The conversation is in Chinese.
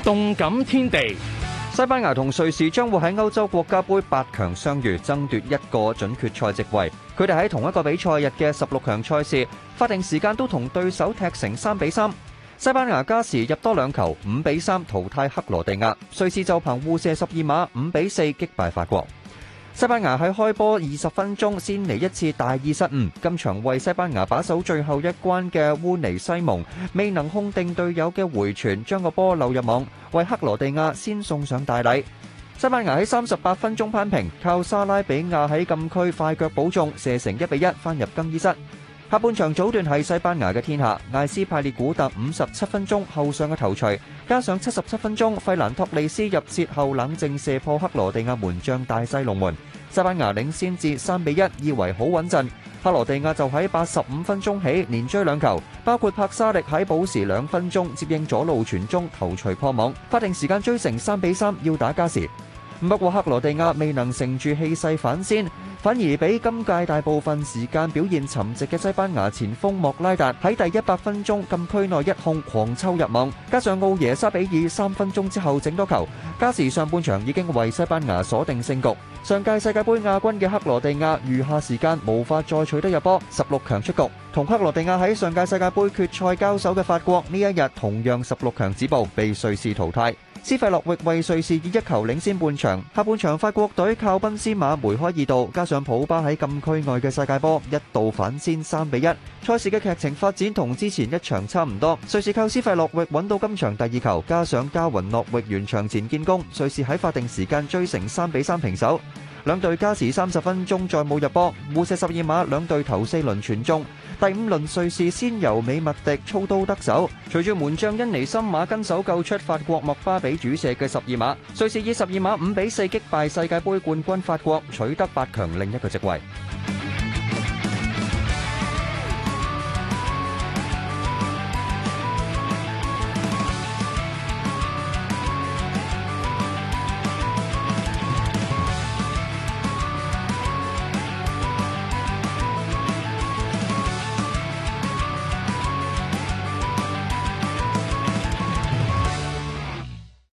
動感天地， 西班牙同瑞士將會喺歐洲國家盃8強相遇，爭奪一個準決賽席位。佢哋喺同一個比賽日嘅16強賽事，法定時間都同對手踢成3-3。西班牙加時入多2球，5-3淘汰克羅地亞。瑞士就憑互射12碼5-4擊敗法國。西班牙喺開波20分鐘先嚟一次大意失誤，今場為西班牙把守最後一關嘅烏尼西蒙未能控定隊友嘅回傳，將個波漏入網，為克羅地亞先送上大禮。西班牙喺38分鐘扳平，靠沙拉比亞喺禁區快腳補中，射成1-1，返入更衣室。下半場早段係西班牙嘅天下，艾斯派列古特57分鐘後上嘅頭槌，加上77分鐘費蘭托利斯入切後冷靜射破克羅地亞門將大西龍門，西班牙領先至3-1，以為好穩陣。克羅地亞就喺85分鐘起連追2球，包括柏沙力喺補時2分鐘接應左路傳中頭槌破網，法定時間追成3-3，要打加時。不過克羅地亞未能乘住氣勢反先，反而俾今屆大部分時間表現沉寂嘅西班牙前鋒莫拉達喺第100分鐘禁區內一控狂抽入網，加上奧耶沙比爾3分鐘之後整多球，加時上半場已經為西班牙鎖定勝局。上屆世界盃亞軍嘅克羅地亞餘下時間無法再取得入波，16強出局。同克羅地亞喺上屆世界盃決賽交手嘅法國呢一日同樣16強止步，被瑞士淘汰。斯費洛域為瑞士以1球領先半場，下半場法國隊靠賓斯馬梅開2度，加上普巴喺禁區外嘅世界波一度反先3-1。賽事嘅劇情發展同之前一場差唔多，瑞士靠斯費洛域揾到今場第2球，加上加雲諾域完場前建功，瑞士喺法定時間追成3-3平手。兩隊加時30分鐘再冇入波，互射12碼兩隊頭4輪全中。第5輪瑞士先由美麥迪操刀得手，隨住門將恩尼森馬跟手救出法國麥巴比主射嘅12碼，瑞士以12碼5-4擊敗世界盃冠軍法國，取得8強另一個席位。